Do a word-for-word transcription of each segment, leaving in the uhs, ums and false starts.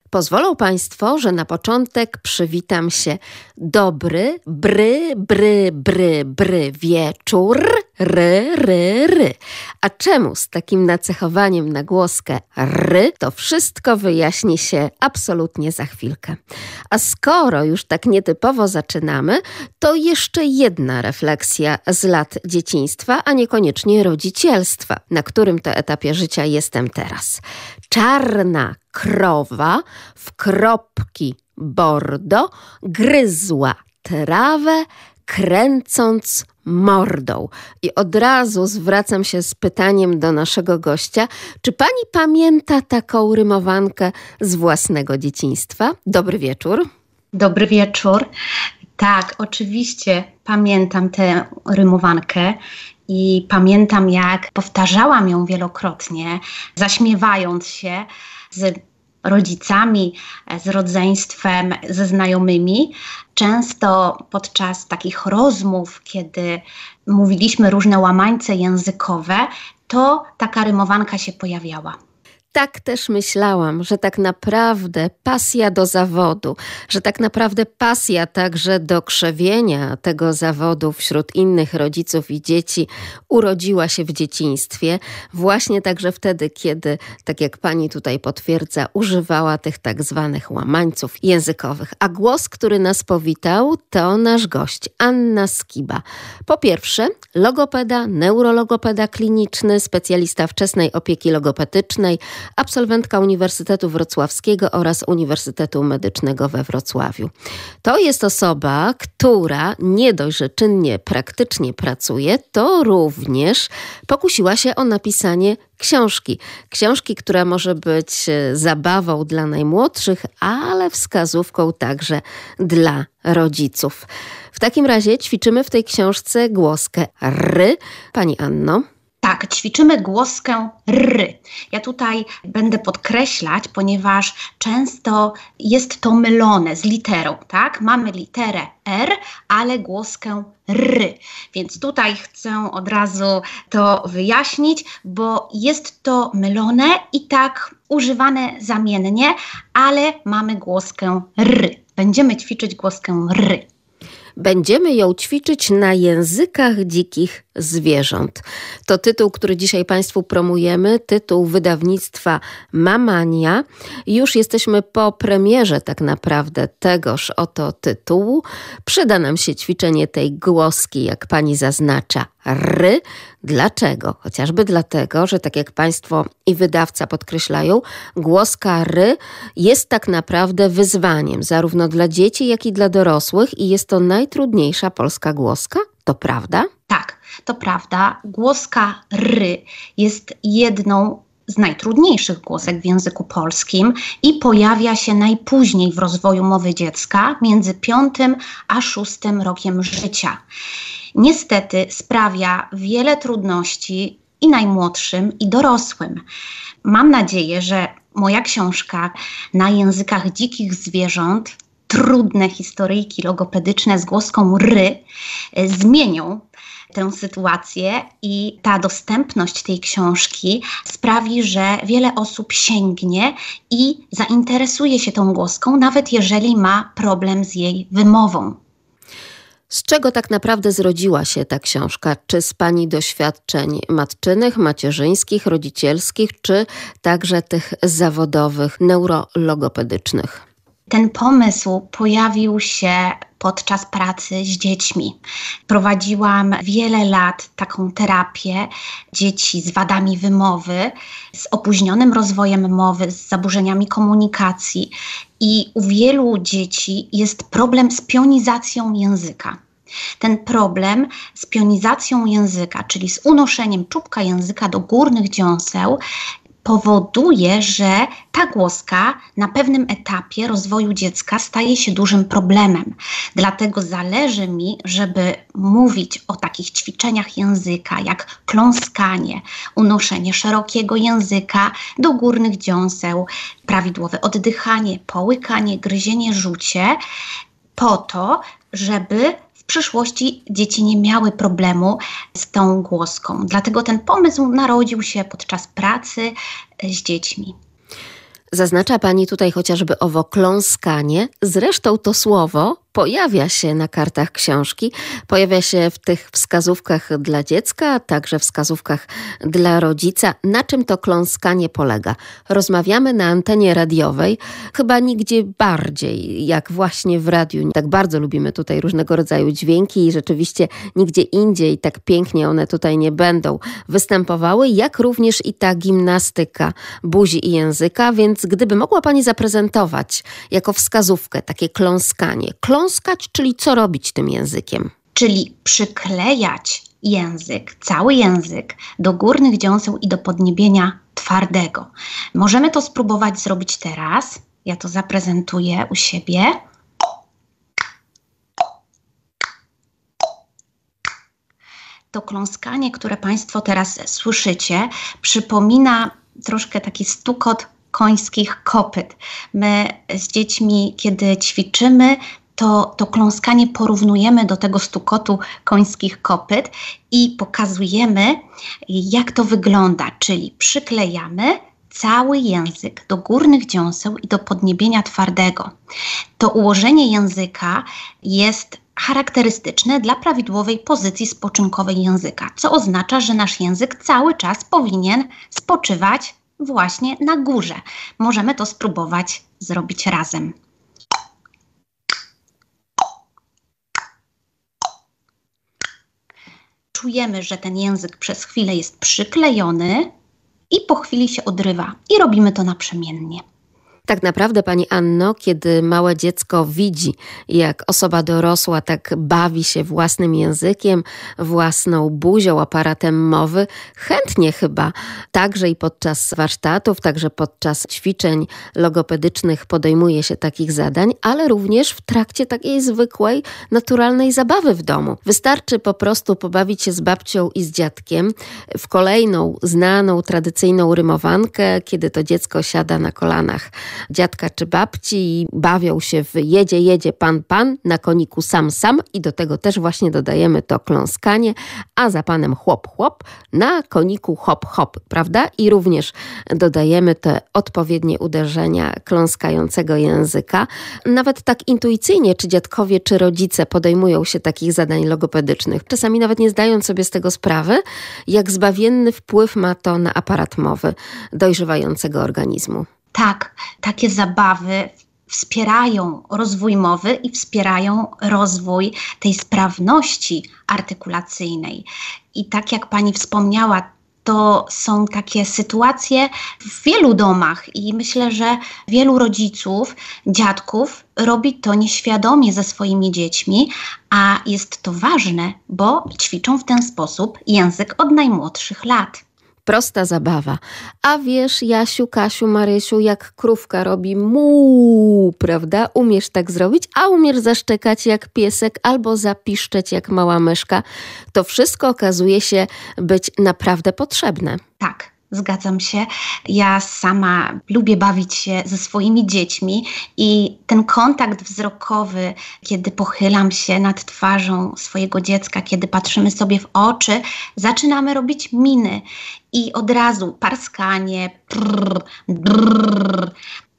Pozwolą Państwo, że na początek przywitam się. Dobry, bry, bry, bry, bry wieczór, ry, ry, ry. A czemu z takim nacechowaniem na głoskę ry, to wszystko wyjaśni się absolutnie za chwilkę. A skoro już tak nietypowo zaczynamy, to jeszcze jedna refleksja z lat dzieciństwa, a niekoniecznie rodzicielstwa, na którym to etapie życia jestem teraz. Czarna krowa w kropki bordo gryzła trawę, kręcąc mordą. I od razu zwracam się z pytaniem do naszego gościa. Czy pani pamięta taką rymowankę z własnego dzieciństwa? Dobry wieczór. Dobry wieczór. Tak, oczywiście pamiętam tę rymowankę. I pamiętam, jak powtarzałam ją wielokrotnie, zaśmiewając się z rodzicami, z rodzeństwem, ze znajomymi. Często podczas takich rozmów, kiedy mówiliśmy różne łamańce językowe, to taka rymowanka się pojawiała. Tak też myślałam, że tak naprawdę pasja do zawodu, że tak naprawdę pasja także do krzewienia tego zawodu wśród innych rodziców i dzieci urodziła się w dzieciństwie. Właśnie także wtedy, kiedy, tak jak pani tutaj potwierdza, używała tych tak zwanych łamańców językowych. A głos, który nas powitał, to nasz gość, Anna Skiba. Po pierwsze, logopeda, neurologopeda kliniczny, specjalista wczesnej opieki logopedycznej, absolwentka Uniwersytetu Wrocławskiego oraz Uniwersytetu Medycznego we Wrocławiu. To jest osoba, która nie dość, że czynnie praktycznie pracuje, to również pokusiła się o napisanie książki. Książki, która może być zabawą dla najmłodszych, ale wskazówką także dla rodziców. W takim razie ćwiczymy w tej książce głoskę ry. Pani Anno? Tak, ćwiczymy głoskę ry. Ja tutaj będę podkreślać, ponieważ często jest to mylone z literą, tak? Mamy literę R, ale głoskę ry. Więc tutaj chcę od razu to wyjaśnić, bo jest to mylone i tak używane zamiennie, ale mamy głoskę ry. Będziemy ćwiczyć głoskę ry. Będziemy ją ćwiczyć na językach dzikich zwierząt. To tytuł, który dzisiaj Państwu promujemy, tytuł wydawnictwa Mamania. Już jesteśmy po premierze tak naprawdę tegoż oto tytułu. Przyda nam się ćwiczenie tej głoski, jak pani zaznacza, ry. Dlaczego? Chociażby dlatego, że tak jak Państwo i wydawca podkreślają, głoska ry jest tak naprawdę wyzwaniem zarówno dla dzieci, jak i dla dorosłych i jest to najtrudniejsza polska głoska. To prawda? Tak, to prawda. Głoska ry jest jedną z najtrudniejszych głosek w języku polskim i pojawia się najpóźniej w rozwoju mowy dziecka, między piątym a szóstym rokiem życia. Niestety sprawia wiele trudności i najmłodszym, i dorosłym. Mam nadzieję, że moja książka na językach dzikich zwierząt, trudne historyjki logopedyczne z głoską ry, zmienią tę sytuację i ta dostępność tej książki sprawi, że wiele osób sięgnie i zainteresuje się tą głoską, nawet jeżeli ma problem z jej wymową. Z czego tak naprawdę zrodziła się ta książka? Czy z pani doświadczeń matczynych, macierzyńskich, rodzicielskich, czy także tych zawodowych, neurologopedycznych? Ten pomysł pojawił się podczas pracy z dziećmi. Prowadziłam wiele lat taką terapię dzieci z wadami wymowy, z opóźnionym rozwojem mowy, z zaburzeniami komunikacji i u wielu dzieci jest problem z pionizacją języka. Ten problem z pionizacją języka, czyli z unoszeniem czubka języka do górnych dziąseł, powoduje, że ta głoska na pewnym etapie rozwoju dziecka staje się dużym problemem. Dlatego zależy mi, żeby mówić o takich ćwiczeniach języka, jak kląskanie, unoszenie szerokiego języka do górnych dziąseł, prawidłowe oddychanie, połykanie, gryzienie, rzucie, po to, żeby w przyszłości dzieci nie miały problemu z tą głoską. Dlatego ten pomysł narodził się podczas pracy z dziećmi. Zaznacza pani tutaj chociażby owo kląskanie. Zresztą to słowo pojawia się na kartach książki, pojawia się w tych wskazówkach dla dziecka, a także wskazówkach dla rodzica. Na czym to kląskanie polega? Rozmawiamy na antenie radiowej, chyba nigdzie bardziej, jak właśnie w radiu. Tak bardzo lubimy tutaj różnego rodzaju dźwięki i rzeczywiście nigdzie indziej tak pięknie one tutaj nie będą występowały, jak również i ta gimnastyka buzi i języka, więc gdyby mogła pani zaprezentować jako wskazówkę takie kląskanie. Kląskać, czyli co robić tym językiem? Czyli przyklejać język, cały język do górnych dziąseł i do podniebienia twardego. Możemy to spróbować zrobić teraz. Ja to zaprezentuję u siebie. To kląskanie, które Państwo teraz słyszycie, przypomina troszkę taki stukot końskich kopyt. My z dziećmi, kiedy ćwiczymy, to, to kląskanie porównujemy do tego stukotu końskich kopyt i pokazujemy, jak to wygląda, czyli przyklejamy cały język do górnych dziąseł i do podniebienia twardego. To ułożenie języka jest charakterystyczne dla prawidłowej pozycji spoczynkowej języka, co oznacza, że nasz język cały czas powinien spoczywać właśnie na górze. Możemy to spróbować zrobić razem. Czujemy, że ten język przez chwilę jest przyklejony i po chwili się odrywa. I robimy to naprzemiennie. Tak naprawdę, pani Anno, kiedy małe dziecko widzi, jak osoba dorosła tak bawi się własnym językiem, własną buzią, aparatem mowy, chętnie chyba także i podczas warsztatów, także podczas ćwiczeń logopedycznych podejmuje się takich zadań, ale również w trakcie takiej zwykłej, naturalnej zabawy w domu. Wystarczy po prostu pobawić się z babcią i z dziadkiem w kolejną, znaną, tradycyjną rymowankę, kiedy to dziecko siada na kolanach dziadka czy babci i bawią się w jedzie, jedzie pan, pan, na koniku sam, sam i do tego też właśnie dodajemy to kląskanie, a za panem chłop, chłop, na koniku hop, hop, prawda? I również dodajemy te odpowiednie uderzenia kląskającego języka. Nawet tak intuicyjnie, czy dziadkowie, czy rodzice podejmują się takich zadań logopedycznych, czasami nawet nie zdając sobie z tego sprawy, jak zbawienny wpływ ma to na aparat mowy dojrzewającego organizmu. Tak, takie zabawy wspierają rozwój mowy i wspierają rozwój tej sprawności artykulacyjnej. I tak jak pani wspomniała, to są takie sytuacje w wielu domach i myślę, że wielu rodziców, dziadków robi to nieświadomie ze swoimi dziećmi, a jest to ważne, bo ćwiczą w ten sposób język od najmłodszych lat. Prosta zabawa. A wiesz, Jasiu, Kasiu, Marysiu, jak krówka robi mu, prawda? Umiesz tak zrobić, a umiesz zaszczekać jak piesek albo zapiszczeć jak mała myszka. To wszystko okazuje się być naprawdę potrzebne. Tak. Zgadzam się. Ja sama lubię bawić się ze swoimi dziećmi i ten kontakt wzrokowy, kiedy pochylam się nad twarzą swojego dziecka, kiedy patrzymy sobie w oczy, zaczynamy robić miny i od razu parskanie, brrr, brrr,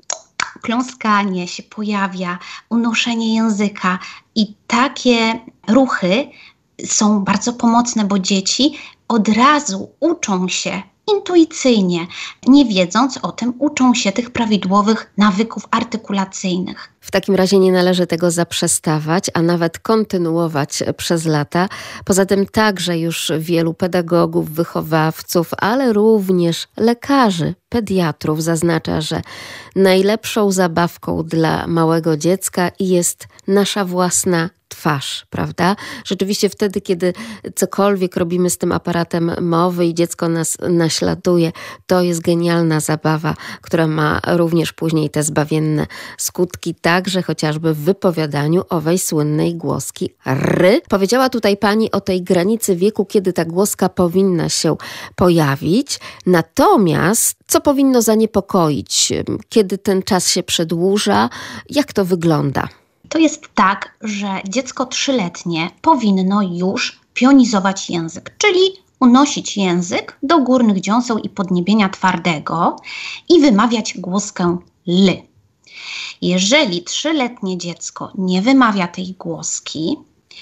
kląskanie się pojawia, unoszenie języka i takie ruchy są bardzo pomocne, bo dzieci od razu uczą się intuicyjnie, nie wiedząc o tym, uczą się tych prawidłowych nawyków artykulacyjnych. W takim razie nie należy tego zaprzestawać, a nawet kontynuować przez lata. Poza tym także już wielu pedagogów, wychowawców, ale również lekarzy, pediatrów zaznacza, że najlepszą zabawką dla małego dziecka jest nasza własna twarz, prawda? Rzeczywiście wtedy, kiedy cokolwiek robimy z tym aparatem mowy i dziecko nas naśladuje, to jest genialna zabawa, która ma również później te zbawienne skutki, także chociażby w wypowiadaniu owej słynnej głoski ry. Powiedziała tutaj pani o tej granicy wieku, kiedy ta głoska powinna się pojawić. Natomiast co powinno zaniepokoić? Kiedy ten czas się przedłuża? Jak to wygląda? To jest tak, że dziecko trzyletnie powinno już pionizować język, czyli unosić język do górnych dziąseł i podniebienia twardego i wymawiać głoskę L. Jeżeli trzyletnie dziecko nie wymawia tej głoski,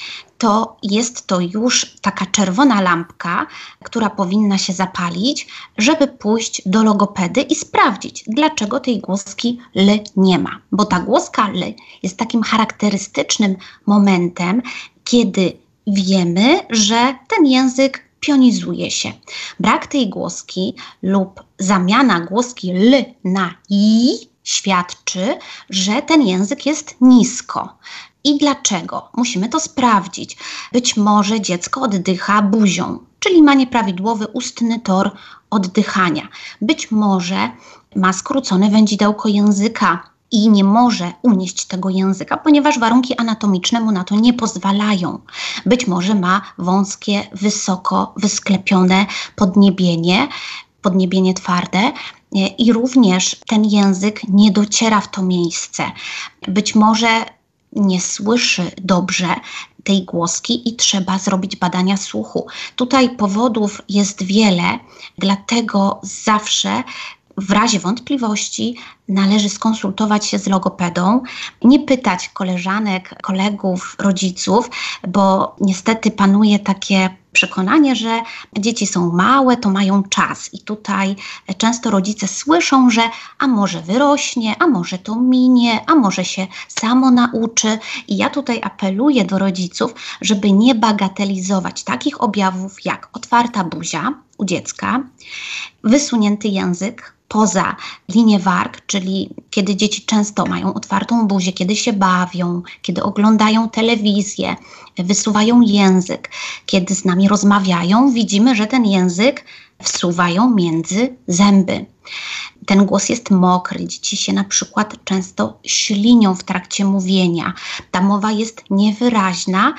to jest to już taka czerwona lampka, która powinna się zapalić, żeby pójść do logopedy i sprawdzić, dlaczego tej głoski L nie ma. Bo ta głoska L jest takim charakterystycznym momentem, kiedy wiemy, że ten język pionizuje się. Brak tej głoski lub zamiana głoski L na I świadczy, że ten język jest nisko. I dlaczego? Musimy to sprawdzić. Być może dziecko oddycha buzią, czyli ma nieprawidłowy ustny tor oddychania. Być może ma skrócone wędzidełko języka i nie może unieść tego języka, ponieważ warunki anatomiczne mu na to nie pozwalają. Być może ma wąskie, wysoko wysklepione podniebienie, podniebienie twarde i również ten język nie dociera w to miejsce. Być może nie słyszy dobrze tej głoski i trzeba zrobić badania słuchu. Tutaj powodów jest wiele, dlatego zawsze w razie wątpliwości należy skonsultować się z logopedą, nie pytać koleżanek, kolegów, rodziców, bo niestety panuje takie przekonanie, że dzieci są małe, to mają czas i tutaj często rodzice słyszą, że a może wyrośnie, a może to minie, a może się samo nauczy i ja tutaj apeluję do rodziców, żeby nie bagatelizować takich objawów jak otwarta buzia u dziecka, wysunięty język poza linię warg, czyli kiedy dzieci często mają otwartą buzię, kiedy się bawią, kiedy oglądają telewizję, wysuwają język, kiedy z nami rozmawiają, widzimy, że ten język wsuwają między zęby. Ten głos jest mokry, dzieci się na przykład często ślinią w trakcie mówienia. Ta mowa jest niewyraźna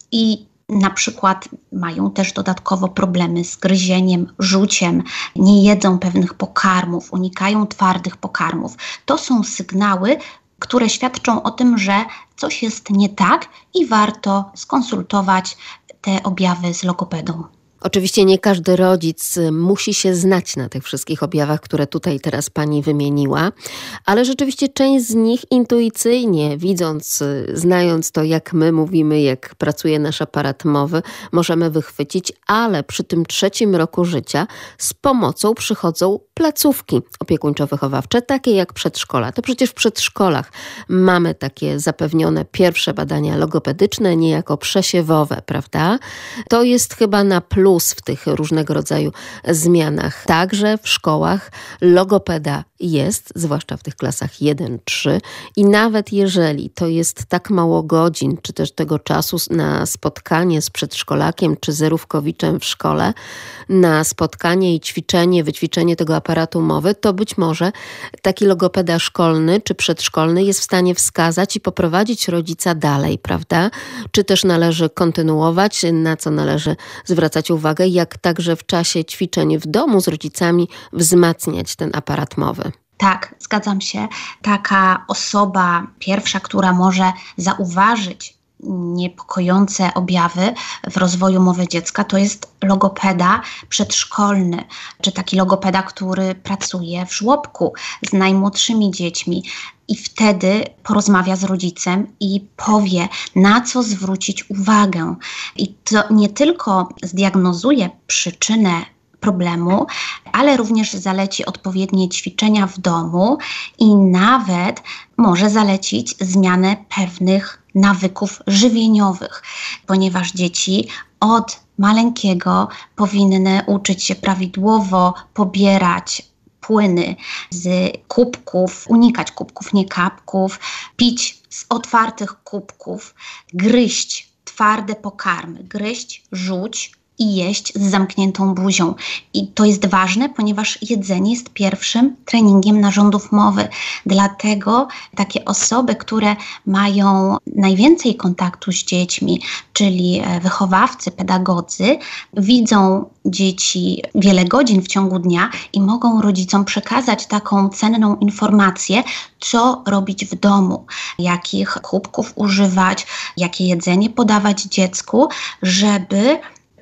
i na przykład mają też dodatkowo problemy z gryzieniem, żuciem, nie jedzą pewnych pokarmów, unikają twardych pokarmów. To są sygnały, które świadczą o tym, że coś jest nie tak i warto skonsultować te objawy z logopedą. Oczywiście nie każdy rodzic musi się znać na tych wszystkich objawach, które tutaj teraz pani wymieniła, ale rzeczywiście część z nich intuicyjnie, widząc, znając to, jak my mówimy, jak pracuje nasz aparat mowy, możemy wychwycić, ale przy tym trzecim roku życia z pomocą przychodzą placówki opiekuńczo-wychowawcze, takie jak przedszkola. To przecież w przedszkolach mamy takie zapewnione pierwsze badania logopedyczne, niejako przesiewowe, prawda? To jest chyba na plus w tych różnego rodzaju zmianach. Także w szkołach logopeda jest, zwłaszcza w tych klasach jeden trzy i nawet jeżeli to jest tak mało godzin, czy też tego czasu na spotkanie z przedszkolakiem czy zerówkowiczem w szkole, na spotkanie i ćwiczenie, wyćwiczenie tego aparatu mowy, to być może taki logopeda szkolny czy przedszkolny jest w stanie wskazać i poprowadzić rodzica dalej, prawda? Czy też należy kontynuować, na co należy zwracać uwagę, jak także w czasie ćwiczeń w domu z rodzicami wzmacniać ten aparat mowy. Tak, zgadzam się. Taka osoba pierwsza, która może zauważyć niepokojące objawy w rozwoju mowy dziecka, to jest logopeda przedszkolny, czy taki logopeda, który pracuje w żłobku z najmłodszymi dziećmi. I wtedy porozmawia z rodzicem i powie, na co zwrócić uwagę. I to nie tylko zdiagnozuje przyczynę problemu, ale również zaleci odpowiednie ćwiczenia w domu i nawet może zalecić zmianę pewnych nawyków żywieniowych, ponieważ dzieci od maleńkiego powinny uczyć się prawidłowo pobierać płyny z kubków, unikać kubków, nie kapków, pić z otwartych kubków, gryźć twarde pokarmy, gryźć, żuć i jeść z zamkniętą buzią. I to jest ważne, ponieważ jedzenie jest pierwszym treningiem narządów mowy. Dlatego takie osoby, które mają najwięcej kontaktu z dziećmi, czyli wychowawcy, pedagodzy, widzą dzieci wiele godzin w ciągu dnia i mogą rodzicom przekazać taką cenną informację, co robić w domu, jakich kubków używać, jakie jedzenie podawać dziecku, żeby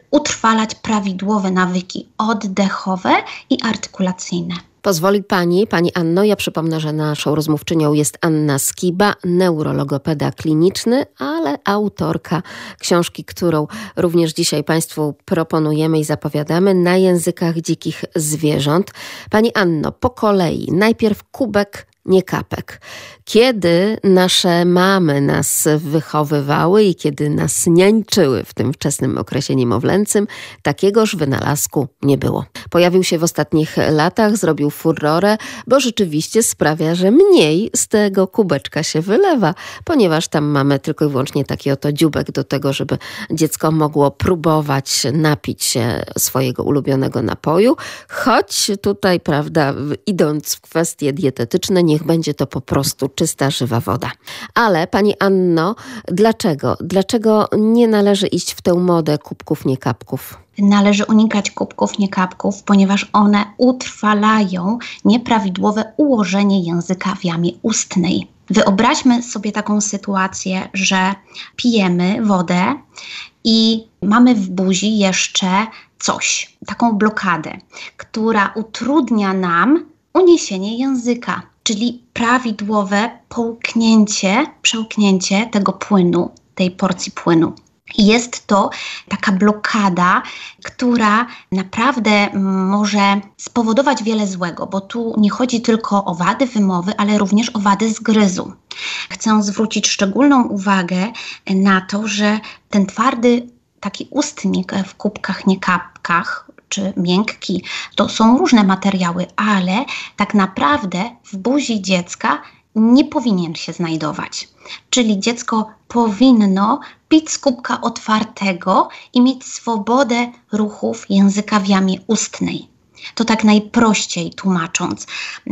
utrwalać prawidłowe nawyki oddechowe i artykulacyjne. Pozwoli Pani, Pani Anno, ja przypomnę, że naszą rozmówczynią jest Anna Skiba, neurologopeda kliniczny, ale autorka książki, którą również dzisiaj Państwu proponujemy i zapowiadamy, Na językach dzikich zwierząt. Pani Anno, po kolei, najpierw kubek, nie kapek. Kiedy nasze mamy nas wychowywały i kiedy nas niańczyły w tym wczesnym okresie niemowlęcym, takiegoż wynalazku nie było. Pojawił się w ostatnich latach, zrobił furorę, bo rzeczywiście sprawia, że mniej z tego kubeczka się wylewa, ponieważ tam mamy tylko i wyłącznie taki oto dzióbek do tego, żeby dziecko mogło próbować napić się swojego ulubionego napoju, choć tutaj, prawda, idąc w kwestie dietetyczne, niech będzie to po prostu czysta, żywa woda. Ale Pani Anno, dlaczego? Dlaczego nie należy iść w tę modę kubków, nie kapków? Należy unikać kubków, nie kapków, ponieważ one utrwalają nieprawidłowe ułożenie języka w jamie ustnej. Wyobraźmy sobie taką sytuację, że pijemy wodę i mamy w buzi jeszcze coś, taką blokadę, która utrudnia nam uniesienie języka, czyli prawidłowe połknięcie, przełknięcie tego płynu, tej porcji płynu. Jest to taka blokada, która naprawdę może spowodować wiele złego, bo tu nie chodzi tylko o wady wymowy, ale również o wady zgryzu. Chcę zwrócić szczególną uwagę na to, że ten twardy taki ustnik w kubkach, nie kapkach, czy miękki, to są różne materiały, ale tak naprawdę w buzi dziecka nie powinien się znajdować. Czyli dziecko powinno pić z kubka otwartego i mieć swobodę ruchów języka w jamie ustnej. To tak najprościej tłumacząc.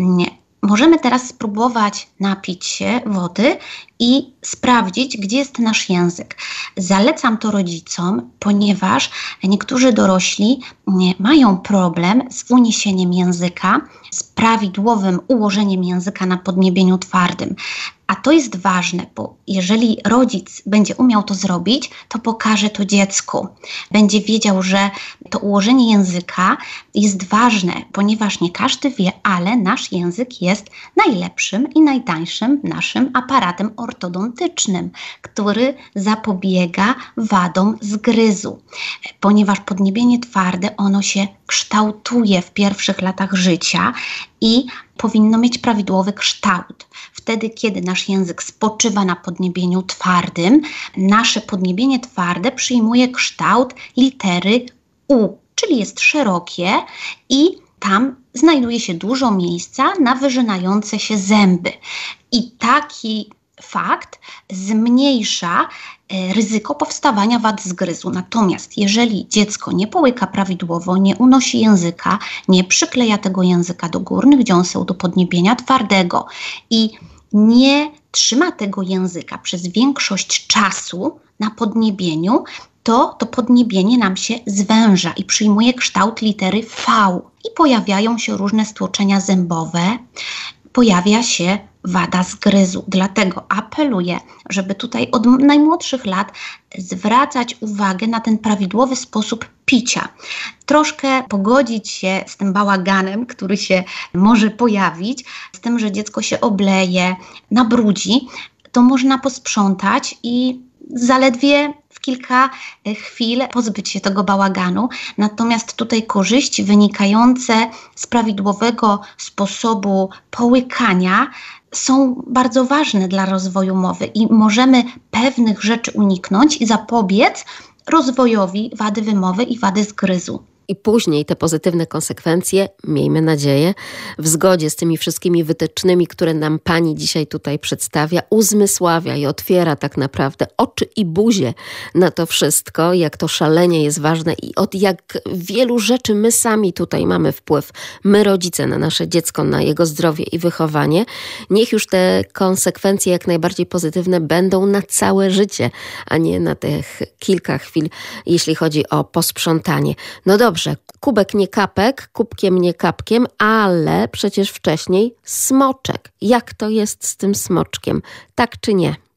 Możemy teraz spróbować napić się wody i sprawdzić, gdzie jest nasz język. Zalecam to rodzicom, ponieważ niektórzy dorośli mają problem z uniesieniem języka, z prawidłowym ułożeniem języka na podniebieniu twardym. A to jest ważne, bo jeżeli rodzic będzie umiał to zrobić, to pokaże to dziecku. Będzie wiedział, że to ułożenie języka jest ważne, ponieważ nie każdy wie, ale nasz język jest najlepszym i najtańszym naszym aparatem ortodontycznym, który zapobiega wadom zgryzu. Ponieważ podniebienie twarde, ono się kształtuje w pierwszych latach życia i powinno mieć prawidłowy kształt. Wtedy, kiedy nasz język spoczywa na podniebieniu twardym, nasze podniebienie twarde przyjmuje kształt litery U, czyli jest szerokie i tam znajduje się dużo miejsca na wyrzynające się zęby. I taki fakt zmniejsza ryzyko powstawania wad zgryzu. Natomiast jeżeli dziecko nie połyka prawidłowo, nie unosi języka, nie przykleja tego języka do górnych dziąseł, do podniebienia twardego i nie trzyma tego języka przez większość czasu na podniebieniu, to to podniebienie nam się zwęża i przyjmuje kształt litery V. I pojawiają się różne stłoczenia zębowe, pojawia się wada zgryzu. Dlatego apeluję, żeby tutaj od najmłodszych lat zwracać uwagę na ten prawidłowy sposób picia. Troszkę pogodzić się z tym bałaganem, który się może pojawić, z tym, że dziecko się obleje, nabrudzi, to można posprzątać i zaledwie w kilka chwil pozbyć się tego bałaganu. Natomiast tutaj korzyści wynikające z prawidłowego sposobu połykania są bardzo ważne dla rozwoju mowy i możemy pewnych rzeczy uniknąć i zapobiec rozwojowi wady wymowy i wady zgryzu. I później te pozytywne konsekwencje, miejmy nadzieję, w zgodzie z tymi wszystkimi wytycznymi, które nam Pani dzisiaj tutaj przedstawia, uzmysławia i otwiera tak naprawdę oczy i buzię na to wszystko, jak to szalenie jest ważne i od jak wielu rzeczy my sami tutaj mamy wpływ, my rodzice, na nasze dziecko, na jego zdrowie i wychowanie. Niech już te konsekwencje jak najbardziej pozytywne będą na całe życie, a nie na tych kilka chwil, jeśli chodzi o posprzątanie. No dobrze. Dobrze, kubek nie kapek, kubkiem nie kapkiem, ale przecież wcześniej smoczek. Jak to jest z tym smoczkiem? Tak czy nie?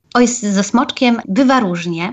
Oj, ze smoczkiem bywa różnie.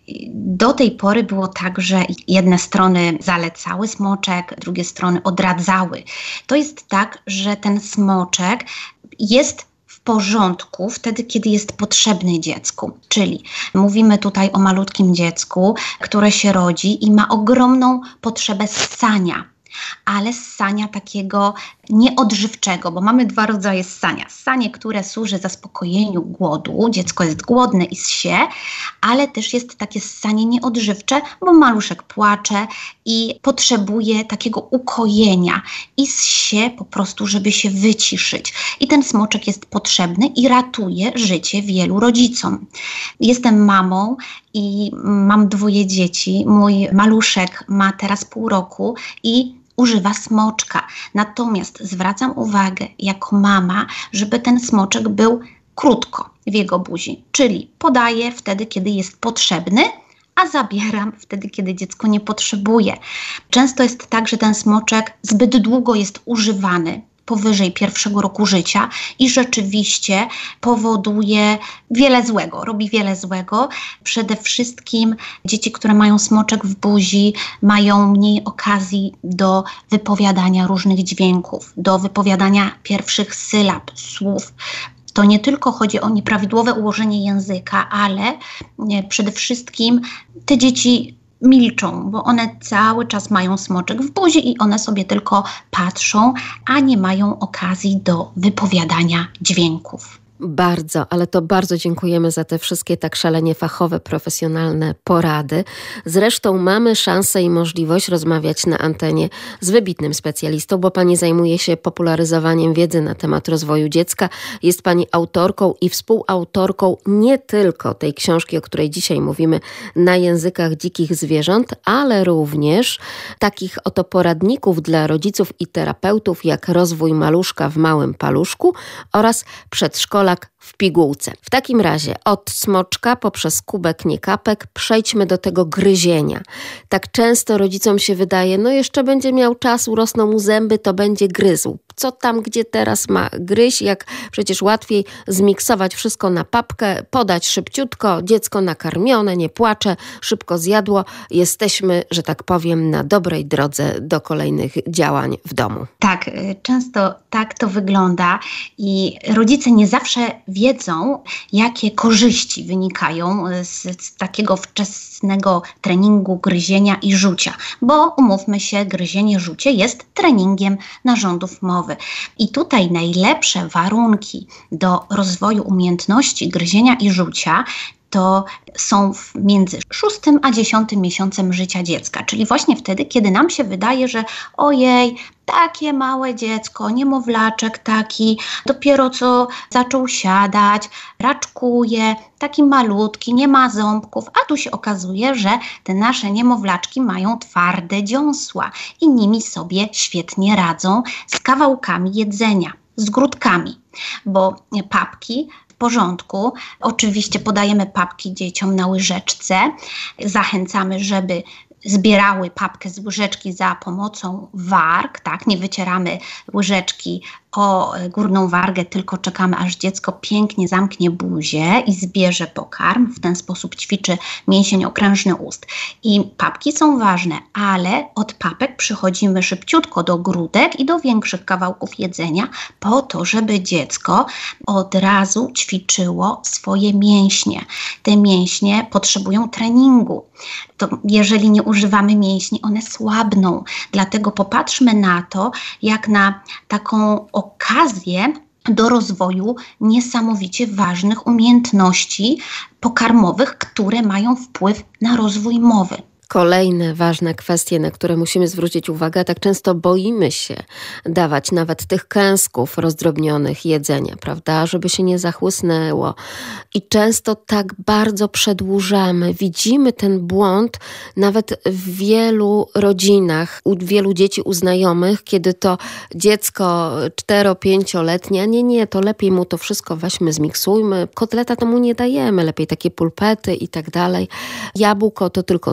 Do tej pory było tak, że jedne strony zalecały smoczek, drugie strony odradzały. To jest tak, że ten smoczek jest w porządku wtedy, kiedy jest potrzebny dziecku. Czyli mówimy tutaj o malutkim dziecku, które się rodzi i ma ogromną potrzebę ssania. Ale ssania takiego nieodżywczego, bo mamy dwa rodzaje ssania. Ssanie, które służy zaspokojeniu głodu, dziecko jest głodne i ssie, ale też jest takie ssanie nieodżywcze, bo maluszek płacze i potrzebuje takiego ukojenia i ssie po prostu, żeby się wyciszyć. I ten smoczek jest potrzebny i ratuje życie wielu rodzicom. Jestem mamą i mam dwoje dzieci. Mój maluszek ma teraz pół roku i używa smoczka. Natomiast zwracam uwagę jako mama, żeby ten smoczek był krótko w jego buzi. Czyli podaję wtedy, kiedy jest potrzebny, a zabieram wtedy, kiedy dziecko nie potrzebuje. Często jest tak, że ten smoczek zbyt długo jest używany, powyżej pierwszego roku życia i rzeczywiście powoduje wiele złego, robi wiele złego. Przede wszystkim dzieci, które mają smoczek w buzi, mają mniej okazji do wypowiadania różnych dźwięków, do wypowiadania pierwszych sylab, słów. To nie tylko chodzi o nieprawidłowe ułożenie języka, ale przede wszystkim te dzieci milczą, bo one cały czas mają smoczek w buzi i one sobie tylko patrzą, a nie mają okazji do wypowiadania dźwięków. Bardzo, ale to bardzo dziękujemy za te wszystkie tak szalenie fachowe, profesjonalne porady. Zresztą mamy szansę i możliwość rozmawiać na antenie z wybitnym specjalistą, bo pani zajmuje się popularyzowaniem wiedzy na temat rozwoju dziecka. Jest pani autorką i współautorką nie tylko tej książki, o której dzisiaj mówimy, Na językach dzikich zwierząt, ale również takich oto poradników dla rodziców i terapeutów, jak Rozwój maluszka w małym paluszku oraz Przedszkolak w pigułce. W takim razie od smoczka poprzez kubek, nie kapek przejdźmy do tego gryzienia. Tak często rodzicom się wydaje, no jeszcze będzie miał czas, urosną mu zęby, to będzie gryzł. Co tam, gdzie teraz ma gryźć, jak przecież łatwiej zmiksować wszystko na papkę, podać szybciutko, dziecko nakarmione, nie płacze, szybko zjadło. Jesteśmy, że tak powiem, na dobrej drodze do kolejnych działań w domu. Tak, często tak to wygląda i rodzice nie zawsze wiedzą, jakie korzyści wynikają z, z takiego wczesnego treningu gryzienia i rzucia, bo umówmy się, gryzienie, rzucie jest treningiem narządów mowy. I tutaj najlepsze warunki do rozwoju umiejętności gryzienia i rzucia to są między szóstym a dziesiątym miesiącem życia dziecka, czyli właśnie wtedy, kiedy nam się wydaje, że ojej, takie małe dziecko, niemowlaczek taki, dopiero co zaczął siadać, raczkuje, taki malutki, nie ma ząbków, a tu się okazuje, że te nasze niemowlaczki mają twarde dziąsła i nimi sobie świetnie radzą z kawałkami jedzenia, z grudkami, bo papki w porządku. Oczywiście podajemy papki dzieciom na łyżeczce. Zachęcamy, żeby zbierały papkę z łyżeczki za pomocą warg, tak? Nie wycieramy łyżeczki o górną wargę, tylko czekamy, aż dziecko pięknie zamknie buzię i zbierze pokarm. W ten sposób ćwiczy mięsień okrężny ust. I papki są ważne, ale od papek przychodzimy szybciutko do grudek i do większych kawałków jedzenia po to, żeby dziecko od razu ćwiczyło swoje mięśnie. Te mięśnie potrzebują treningu. To jeżeli nie używamy mięśni, one słabną. Dlatego popatrzmy na to, jak na taką okazję do rozwoju niesamowicie ważnych umiejętności pokarmowych, które mają wpływ na rozwój mowy. Kolejne ważne kwestie, na które musimy zwrócić uwagę, tak często boimy się dawać nawet tych kęsków rozdrobnionych jedzenia, prawda, żeby się nie zachłysnęło. I często tak bardzo przedłużamy. Widzimy ten błąd nawet w wielu rodzinach, u wielu dzieci, u znajomych, kiedy to dziecko cztero-pięcioletnie, nie, nie, to lepiej mu to wszystko weźmy, zmiksujmy. Kotleta to mu nie dajemy, lepiej takie pulpety i tak dalej. Jabłko to tylko tarte,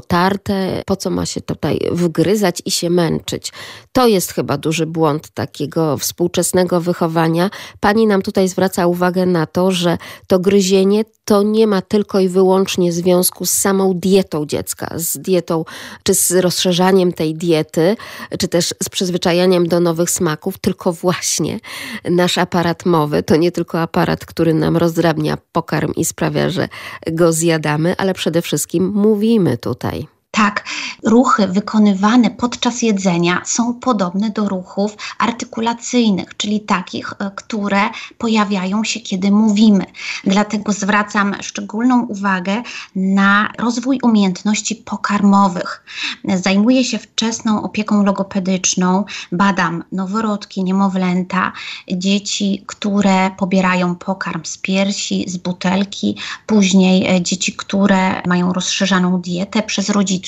otwarte, po co ma się tutaj wgryzać i się męczyć. To jest chyba duży błąd takiego współczesnego wychowania. Pani nam tutaj zwraca uwagę na to, że to gryzienie to nie ma tylko i wyłącznie związku z samą dietą dziecka, z dietą, czy z rozszerzaniem tej diety, czy też z przyzwyczajaniem do nowych smaków, tylko właśnie nasz aparat mowy to nie tylko aparat, który nam rozdrabnia pokarm i sprawia, że go zjadamy, ale przede wszystkim mówimy tutaj. Tak, ruchy wykonywane podczas jedzenia są podobne do ruchów artykulacyjnych, czyli takich, które pojawiają się, kiedy mówimy. Dlatego zwracam szczególną uwagę na rozwój umiejętności pokarmowych. Zajmuję się wczesną opieką logopedyczną, badam noworodki, niemowlęta, dzieci, które pobierają pokarm z piersi, z butelki, później dzieci, które mają rozszerzaną dietę przez rodziców.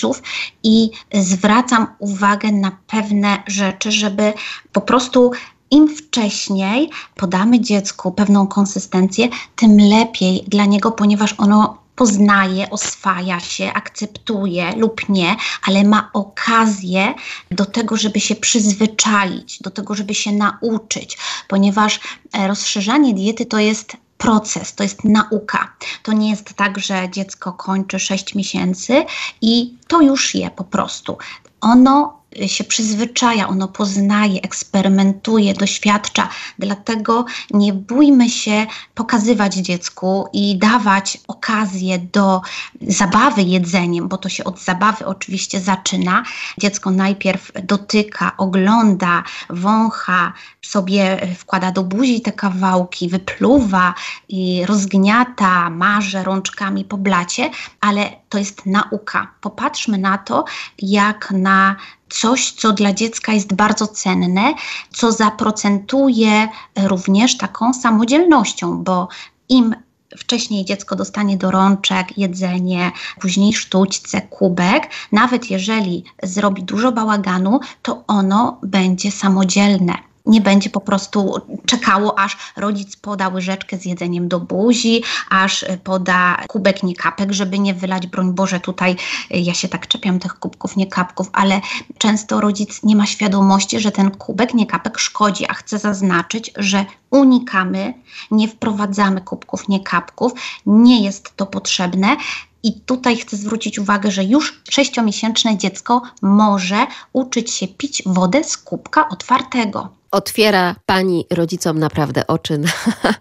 I zwracam uwagę na pewne rzeczy, żeby po prostu im wcześniej podamy dziecku pewną konsystencję, tym lepiej dla niego, ponieważ ono poznaje, oswaja się, akceptuje lub nie, ale ma okazję do tego, żeby się przyzwyczaić, do tego, żeby się nauczyć, ponieważ rozszerzanie diety to jest proces, to jest nauka. To nie jest tak, że dziecko kończy sześć miesięcy i to już je po prostu. Ono się przyzwyczaja, ono poznaje, eksperymentuje, doświadcza. Dlatego nie bójmy się pokazywać dziecku i dawać okazję do zabawy jedzeniem, bo to się od zabawy oczywiście zaczyna. Dziecko najpierw dotyka, ogląda, wącha, sobie wkłada do buzi te kawałki, wypluwa i rozgniata, marze rączkami po blacie, ale to jest nauka. Popatrzmy na to jak na coś, co dla dziecka jest bardzo cenne, co zaprocentuje również taką samodzielnością, bo im wcześniej dziecko dostanie do rączek jedzenie, później sztućce, kubek, nawet jeżeli zrobi dużo bałaganu, to ono będzie samodzielne. Nie będzie po prostu czekało, aż rodzic poda łyżeczkę z jedzeniem do buzi, aż poda kubek, nie kapek, żeby nie wylać, broń Boże, tutaj ja się tak czepiam tych kubków, nie kapków, ale często rodzic nie ma świadomości, że ten kubek, nie kapek szkodzi, a chcę zaznaczyć, że unikamy, nie wprowadzamy kubków, nie kapków, nie jest to potrzebne. I tutaj chcę zwrócić uwagę, że już sześciomiesięczne dziecko może uczyć się pić wodę z kubka otwartego. Otwiera Pani rodzicom naprawdę oczy na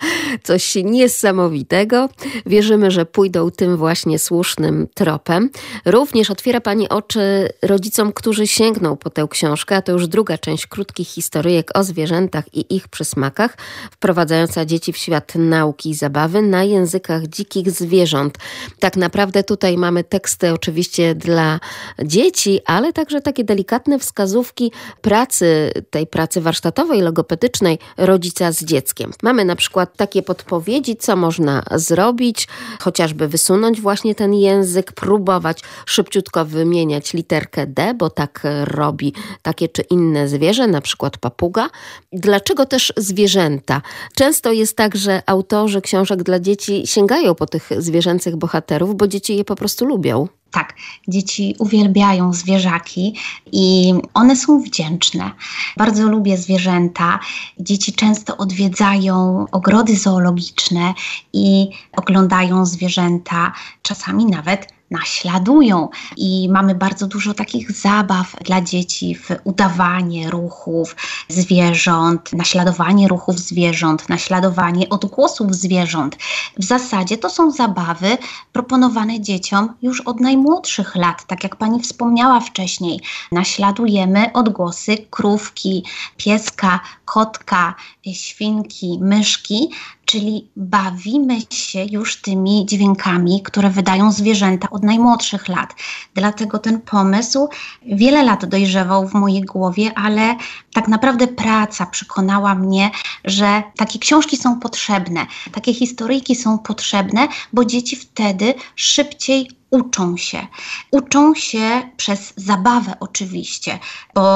coś niesamowitego. Wierzymy, że pójdą tym właśnie słusznym tropem. Również otwiera Pani oczy rodzicom, którzy sięgną po tę książkę, a to już druga część krótkich historyjek o zwierzętach i ich przysmakach, wprowadzająca dzieci w świat nauki i zabawy na językach dzikich zwierząt. Tak naprawdę tutaj mamy teksty oczywiście dla dzieci, ale także takie delikatne wskazówki pracy, tej pracy warsztatowej, logopedycznej rodzica z dzieckiem. Mamy na przykład takie podpowiedzi, co można zrobić, chociażby wysunąć właśnie ten język, próbować szybciutko wymieniać literkę D, bo tak robi takie czy inne zwierzę, na przykład papuga. Dlaczego też zwierzęta? Często jest tak, że autorzy książek dla dzieci sięgają po tych zwierzęcych bohaterów, bo dzieci je po prostu lubią. Tak, dzieci uwielbiają zwierzaki i one są wdzięczne. Bardzo lubię zwierzęta. Dzieci często odwiedzają ogrody zoologiczne i oglądają zwierzęta, czasami nawet naśladują i mamy bardzo dużo takich zabaw dla dzieci w udawanie ruchów zwierząt, naśladowanie ruchów zwierząt, naśladowanie odgłosów zwierząt. W zasadzie to są zabawy proponowane dzieciom już od najmłodszych lat. Tak jak Pani wspomniała wcześniej, naśladujemy odgłosy krówki, pieska, kotka, świnki, myszki, czyli bawimy się już tymi dźwiękami, które wydają zwierzęta od najmłodszych lat. Dlatego ten pomysł wiele lat dojrzewał w mojej głowie, ale tak naprawdę praca przekonała mnie, że takie książki są potrzebne, takie historyjki są potrzebne, bo dzieci wtedy szybciej uczą się. Uczą się przez zabawę oczywiście, bo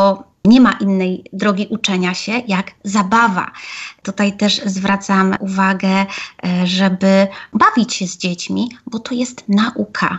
Nie ma innej drogi uczenia się jak zabawa. Tutaj też zwracam uwagę, żeby bawić się z dziećmi, bo to jest nauka.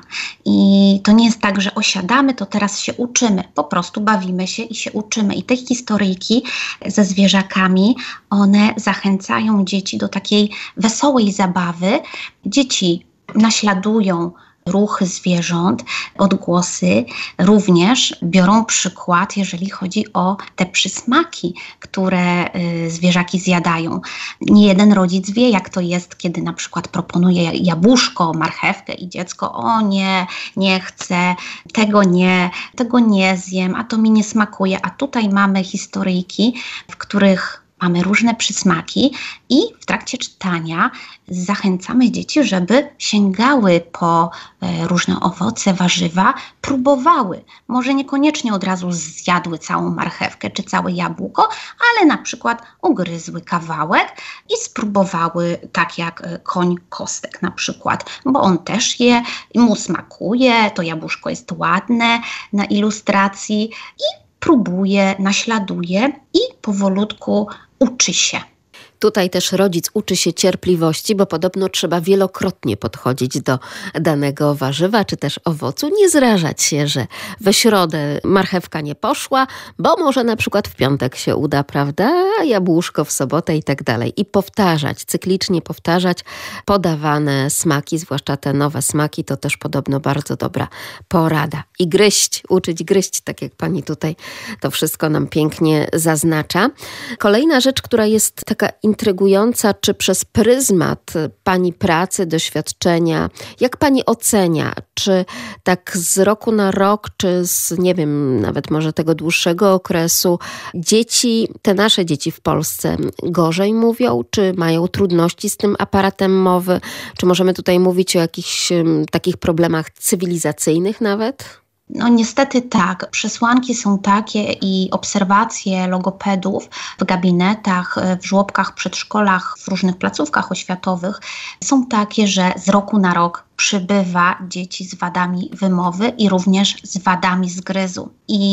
I to nie jest tak, że osiadamy, to teraz się uczymy. Po prostu bawimy się i się uczymy. I te historyjki ze zwierzakami, one zachęcają dzieci do takiej wesołej zabawy. Dzieci naśladują ruchy zwierząt, odgłosy, również biorą przykład, jeżeli chodzi o te przysmaki, które y, zwierzaki zjadają. Nie jeden rodzic wie, jak to jest, kiedy na przykład proponuje jabłuszko, marchewkę i dziecko, o nie, nie chcę, tego nie, tego nie zjem, a to mi nie smakuje. A tutaj mamy historyjki, w których mamy różne przysmaki i w trakcie czytania zachęcamy dzieci, żeby sięgały po e, różne owoce, warzywa, próbowały. Może niekoniecznie od razu zjadły całą marchewkę czy całe jabłko, ale na przykład ugryzły kawałek i spróbowały, tak jak e, koń kostek na przykład, bo on też je, mu smakuje, to jabłuszko jest ładne na ilustracji i próbuje, naśladuje i powolutku uczy się. Tutaj też rodzic uczy się cierpliwości, bo podobno trzeba wielokrotnie podchodzić do danego warzywa czy też owocu. Nie zrażać się, że we środę marchewka nie poszła, bo może na przykład w piątek się uda, prawda? A jabłuszko w sobotę i tak dalej. I powtarzać, cyklicznie powtarzać podawane smaki, zwłaszcza te nowe smaki, to też podobno bardzo dobra porada. I gryźć, uczyć gryźć, tak jak pani tutaj to wszystko nam pięknie zaznacza. Kolejna rzecz, która jest taka intrygująca, czy przez pryzmat pani pracy, doświadczenia, jak pani ocenia, czy tak z roku na rok, czy z, nie wiem, nawet może tego dłuższego okresu, dzieci, te nasze dzieci w Polsce gorzej mówią, czy mają trudności z tym aparatem mowy, czy możemy tutaj mówić o jakichś um, takich problemach cywilizacyjnych nawet? No niestety tak. Przesłanki są takie i obserwacje logopedów w gabinetach, w żłobkach, przedszkolach, w różnych placówkach oświatowych są takie, że z roku na rok przybywa dzieci z wadami wymowy i również z wadami zgryzu.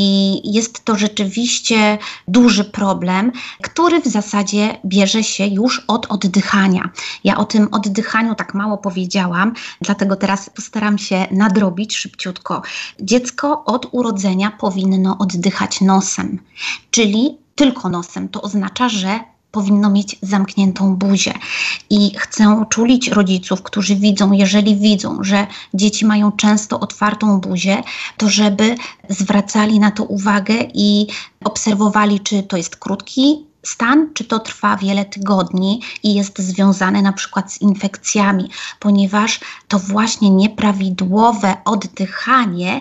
I jest to rzeczywiście duży problem, który w zasadzie bierze się już od oddychania. Ja o tym oddychaniu tak mało powiedziałam, dlatego teraz postaram się nadrobić szybciutko. Dziecko od urodzenia powinno oddychać nosem, czyli tylko nosem. To oznacza, że powinno mieć zamkniętą buzię. I chcę uczulić rodziców, którzy widzą, jeżeli widzą, że dzieci mają często otwartą buzię, to żeby zwracali na to uwagę i obserwowali, czy to jest krótki stan, czy to trwa wiele tygodni i jest związane na przykład z infekcjami, ponieważ to właśnie nieprawidłowe oddychanie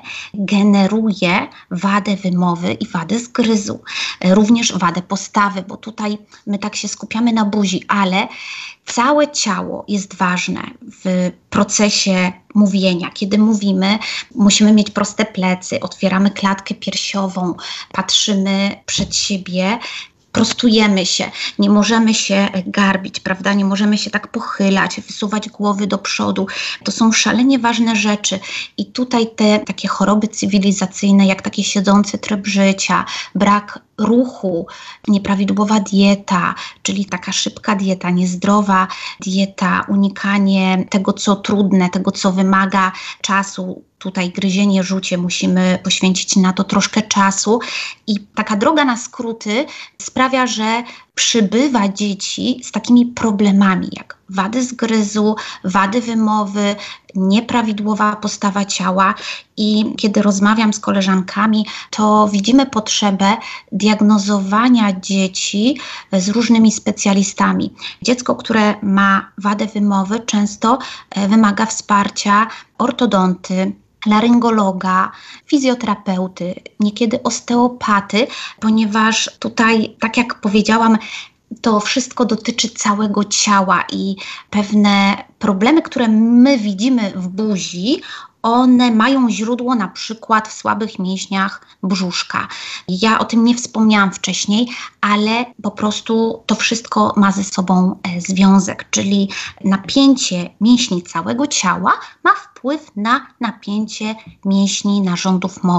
generuje wadę wymowy i wadę zgryzu. Również wadę postawy, bo tutaj my tak się skupiamy na buzi, ale całe ciało jest ważne w procesie mówienia. Kiedy mówimy, musimy mieć proste plecy, otwieramy klatkę piersiową, patrzymy przed siebie, prostujemy się, nie możemy się garbić, prawda? Nie możemy się tak pochylać, wysuwać głowy do przodu. To są szalenie ważne rzeczy i tutaj te takie choroby cywilizacyjne, jak taki siedzący tryb życia, brak ruchu, nieprawidłowa dieta, czyli taka szybka dieta, niezdrowa dieta, unikanie tego, co trudne, tego, co wymaga czasu. Tutaj gryzienie, rzucie, musimy poświęcić na to troszkę czasu i taka droga na skróty sprawia, że przybywa dzieci z takimi problemami jak wady zgryzu, wady wymowy, nieprawidłowa postawa ciała i kiedy rozmawiam z koleżankami, to widzimy potrzebę diagnozowania dzieci z różnymi specjalistami. Dziecko, które ma wadę wymowy, często wymaga wsparcia ortodonty, laryngologa, fizjoterapeuty, niekiedy osteopaty, ponieważ tutaj, tak jak powiedziałam, to wszystko dotyczy całego ciała i pewne problemy, które my widzimy w buzi, one mają źródło na przykład w słabych mięśniach brzuszka. Ja o tym nie wspomniałam wcześniej, ale po prostu to wszystko ma ze sobą e, związek, czyli napięcie mięśni całego ciała ma wpływ na napięcie mięśni narządów mowy.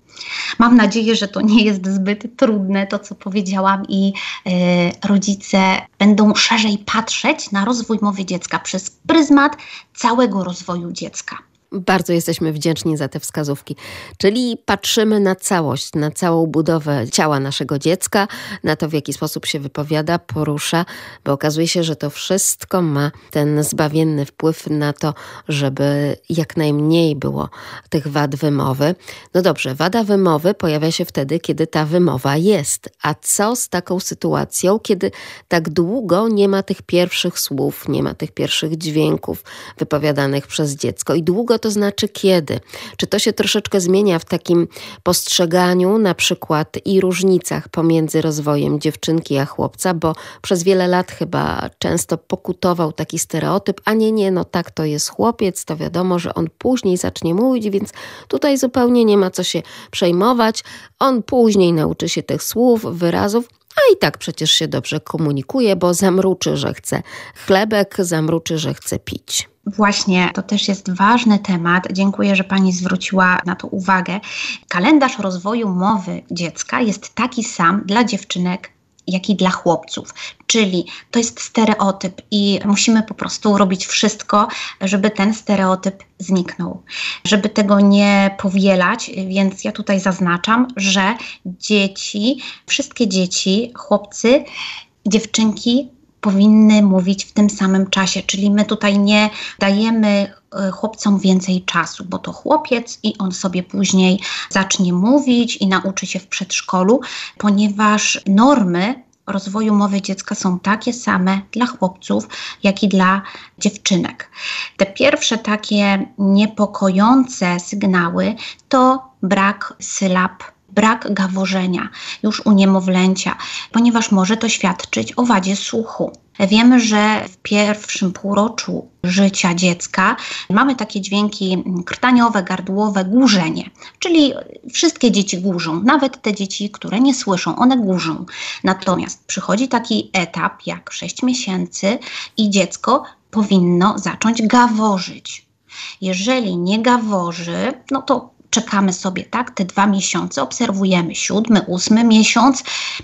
Mam nadzieję, że to nie jest zbyt trudne, to co powiedziałam i y, rodzice będą szerzej patrzeć na rozwój mowy dziecka przez pryzmat całego rozwoju dziecka. Bardzo jesteśmy wdzięczni za te wskazówki. Czyli patrzymy na całość, na całą budowę ciała naszego dziecka, na to, w jaki sposób się wypowiada, porusza, bo okazuje się, że to wszystko ma ten zbawienny wpływ na to, żeby jak najmniej było tych wad wymowy. No dobrze, wada wymowy pojawia się wtedy, kiedy ta wymowa jest. A co z taką sytuacją, kiedy tak długo nie ma tych pierwszych słów, nie ma tych pierwszych dźwięków wypowiadanych przez dziecko i długo to znaczy kiedy? Czy to się troszeczkę zmienia w takim postrzeganiu na przykład i różnicach pomiędzy rozwojem dziewczynki a chłopca, bo przez wiele lat chyba często pokutował taki stereotyp, a nie, nie, no tak to jest chłopiec, to wiadomo, że on później zacznie mówić, więc tutaj zupełnie nie ma co się przejmować. On później nauczy się tych słów, wyrazów, a i tak przecież się dobrze komunikuje, bo zamruczy, że chce chlebek, zamruczy, że chce pić. Właśnie, to też jest ważny temat. Dziękuję, że Pani zwróciła na to uwagę. Kalendarz rozwoju mowy dziecka jest taki sam dla dziewczynek, jak i dla chłopców. Czyli to jest stereotyp i musimy po prostu robić wszystko, żeby ten stereotyp zniknął. Żeby tego nie powielać, więc ja tutaj zaznaczam, że dzieci, wszystkie dzieci, chłopcy, dziewczynki powinny mówić w tym samym czasie, czyli my tutaj nie dajemy chłopcom więcej czasu, bo to chłopiec i on sobie później zacznie mówić i nauczy się w przedszkolu, ponieważ normy rozwoju mowy dziecka są takie same dla chłopców, jak i dla dziewczynek. Te pierwsze takie niepokojące sygnały to brak sylab, brak gaworzenia już u niemowlęcia, ponieważ może to świadczyć o wadzie słuchu. Wiemy, że w pierwszym półroczu życia dziecka mamy takie dźwięki krtaniowe, gardłowe, głużenie, czyli wszystkie dzieci głużą, nawet te dzieci, które nie słyszą, one głużą. Natomiast przychodzi taki etap jak sześć miesięcy i dziecko powinno zacząć gaworzyć. Jeżeli nie gaworzy, no to czekamy sobie, tak, te dwa miesiące, obserwujemy siódmy, ósmy miesiąc,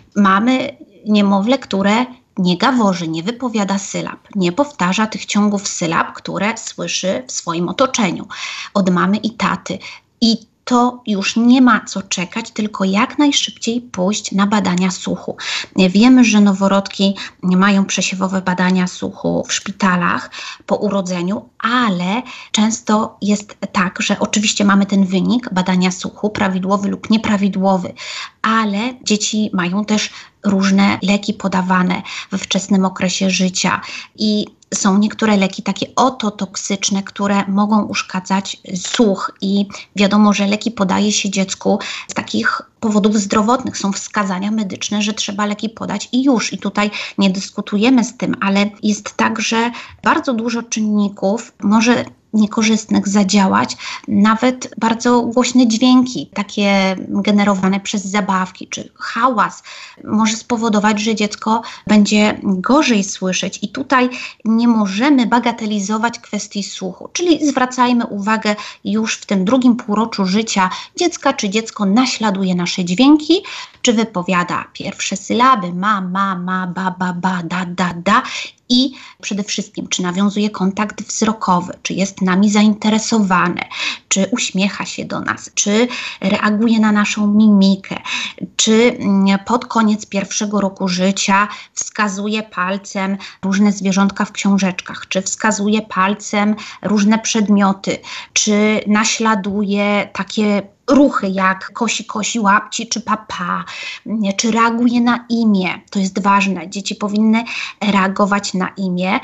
mamy niemowlę, które nie gaworzy, nie wypowiada sylab, nie powtarza tych ciągów sylab, które słyszy w swoim otoczeniu od mamy i taty. I to już nie ma co czekać, tylko jak najszybciej pójść na badania słuchu. Wiemy, że noworodki mają przesiewowe badania słuchu w szpitalach po urodzeniu, ale często jest tak, że oczywiście mamy ten wynik badania słuchu, prawidłowy lub nieprawidłowy, ale dzieci mają też różne leki podawane we wczesnym okresie życia i są niektóre leki takie ototoksyczne, które mogą uszkadzać słuch i wiadomo, że leki podaje się dziecku z takich powodów zdrowotnych. Są wskazania medyczne, że trzeba leki podać i już. I tutaj nie dyskutujemy z tym, ale jest tak, że bardzo dużo czynników może niekorzystnych zadziałać, nawet bardzo głośne dźwięki, takie generowane przez zabawki czy hałas, może spowodować, że dziecko będzie gorzej słyszeć i tutaj nie możemy bagatelizować kwestii słuchu, czyli zwracajmy uwagę już w tym drugim półroczu życia dziecka, czy dziecko naśladuje nasze dźwięki, czy wypowiada pierwsze sylaby ma, ma, ma, ba, ba, ba, da, da, da i przede wszystkim, czy nawiązuje kontakt wzrokowy, czy jest nami zainteresowane, czy uśmiecha się do nas, czy reaguje na naszą mimikę, czy pod koniec pierwszego roku życia wskazuje palcem różne zwierzątka w książeczkach, czy wskazuje palcem różne przedmioty, czy naśladuje takie ruchy jak kosi, kosi, łapci czy papa, czy reaguje na imię. To jest ważne. Dzieci powinny reagować na imię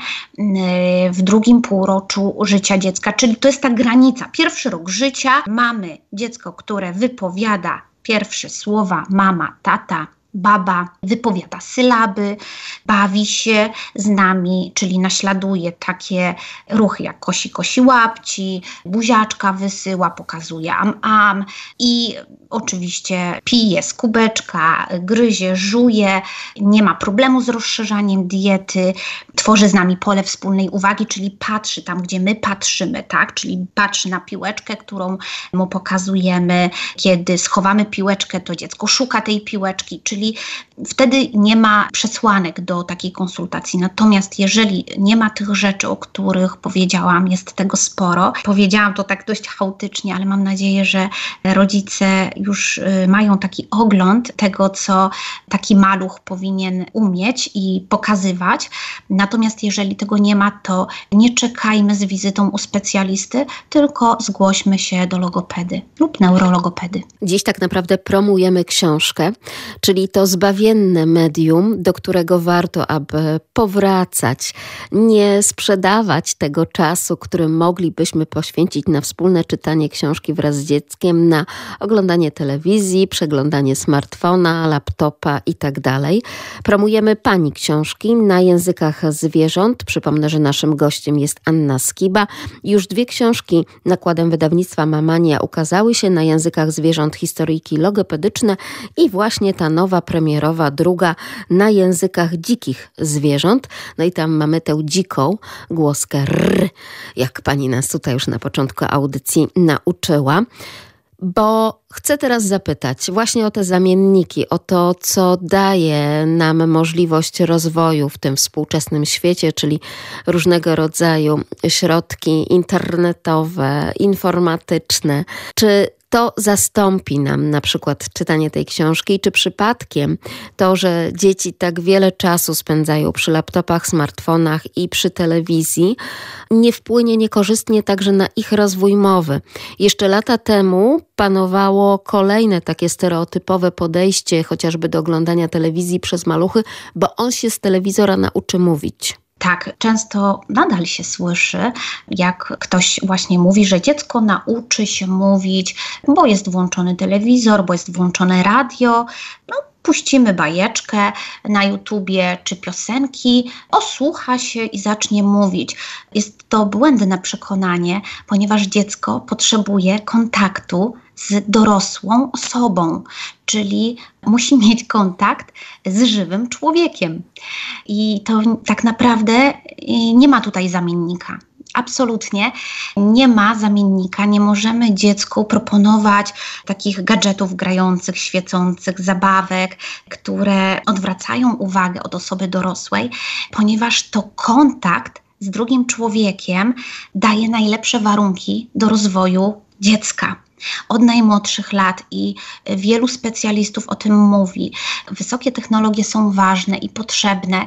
w drugim półroczu życia dziecka, czyli to jest ta granica. Pierwszy rok życia mamy dziecko, które wypowiada pierwsze słowa mama, tata, baba, wypowiada sylaby, bawi się z nami, czyli naśladuje takie ruchy jak kosi, kosi łapci, buziaczka wysyła, pokazuje am, am i oczywiście pije z kubeczka, gryzie, żuje, nie ma problemu z rozszerzaniem diety, tworzy z nami pole wspólnej uwagi, czyli patrzy tam, gdzie my patrzymy, tak? Czyli patrzy na piłeczkę, którą mu pokazujemy. Kiedy schowamy piłeczkę, to dziecko szuka tej piłeczki, czyli wtedy nie ma przesłanek do takiej konsultacji. Natomiast jeżeli nie ma tych rzeczy, o których powiedziałam, jest tego sporo. Powiedziałam to tak dość chaotycznie, ale mam nadzieję, że rodzice już mają taki ogląd tego, co taki maluch powinien umieć i pokazywać. Natomiast jeżeli tego nie ma, to nie czekajmy z wizytą u specjalisty, tylko zgłośmy się do logopedy lub neurologopedy. Dziś tak naprawdę promujemy książkę, czyli to zbawienne medium, do którego warto, aby powracać, nie sprzedawać tego czasu, który moglibyśmy poświęcić na wspólne czytanie książki wraz z dzieckiem, na oglądanie telewizji, przeglądanie smartfona, laptopa i tak dalej. Promujemy pani książki na językach zwierząt. Przypomnę, że naszym gościem jest Anna Skiba. Już dwie książki nakładem wydawnictwa Mamania ukazały się na językach zwierząt, historyjki logopedyczne i właśnie ta nowa, premierowa, druga na językach dzikich zwierząt. No i tam mamy tę dziką głoskę R, jak pani nas tutaj już na początku audycji nauczyła. Bo chcę teraz zapytać właśnie o te zamienniki, o to, co daje nam możliwość rozwoju w tym współczesnym świecie, czyli różnego rodzaju środki internetowe, informatyczne. Czy to zastąpi nam na przykład czytanie tej książki? Czy przypadkiem to, że dzieci tak wiele czasu spędzają przy laptopach, smartfonach i przy telewizji, nie wpłynie niekorzystnie także na ich rozwój mowy? Jeszcze lata temu panowało kolejne takie stereotypowe podejście chociażby do oglądania telewizji przez maluchy, bo on się z telewizora nauczy mówić. Tak, często nadal się słyszy, jak ktoś właśnie mówi, że dziecko nauczy się mówić, bo jest włączony telewizor, bo jest włączone radio. No, puścimy bajeczkę na YouTubie czy piosenki, osłucha się i zacznie mówić. Jest to błędne przekonanie, ponieważ dziecko potrzebuje kontaktu z dorosłą osobą, czyli musi mieć kontakt z żywym człowiekiem. I to tak naprawdę nie ma tutaj zamiennika. Absolutnie nie ma zamiennika, nie możemy dziecku proponować takich gadżetów grających, świecących, zabawek, które odwracają uwagę od osoby dorosłej, ponieważ to kontakt z drugim człowiekiem daje najlepsze warunki do rozwoju dziecka. Od najmłodszych lat i wielu specjalistów o tym mówi. Wysokie technologie są ważne i potrzebne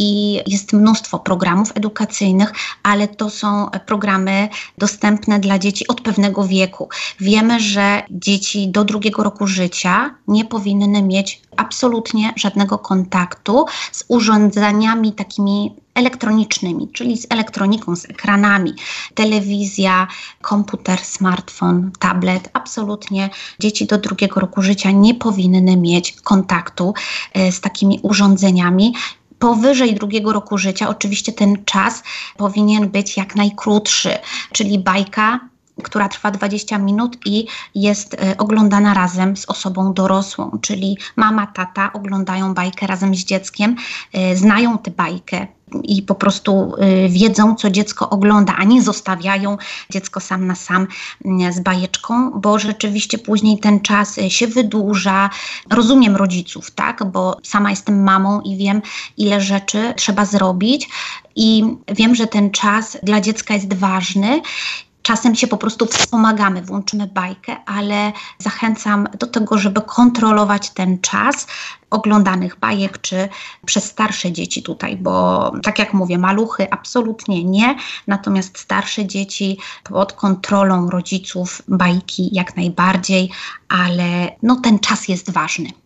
i jest mnóstwo programów edukacyjnych, ale to są programy dostępne dla dzieci od pewnego wieku. Wiemy, że dzieci do drugiego roku życia nie powinny mieć absolutnie żadnego kontaktu z urządzeniami takimi elektronicznymi, czyli z elektroniką, z ekranami. Telewizja, komputer, smartfon, tablet. Absolutnie dzieci do drugiego roku życia nie powinny mieć kontaktu e, z takimi urządzeniami. Powyżej drugiego roku życia oczywiście ten czas powinien być jak najkrótszy, czyli bajka, która trwa dwadzieścia minut i jest y, oglądana razem z osobą dorosłą, czyli mama, tata oglądają bajkę razem z dzieckiem, y, znają tę bajkę i po prostu y, wiedzą, co dziecko ogląda, a nie zostawiają dziecko sam na sam y, z bajeczką, bo rzeczywiście później ten czas y, się wydłuża. Rozumiem rodziców, tak, bo sama jestem mamą i wiem, ile rzeczy trzeba zrobić i wiem, że ten czas dla dziecka jest ważny. Czasem się po prostu wspomagamy, włączymy bajkę, ale zachęcam do tego, żeby kontrolować ten czas oglądanych bajek, czy przez starsze dzieci tutaj, bo tak jak mówię, maluchy absolutnie nie, natomiast starsze dzieci pod kontrolą rodziców, bajki jak najbardziej, ale no ten czas jest ważny.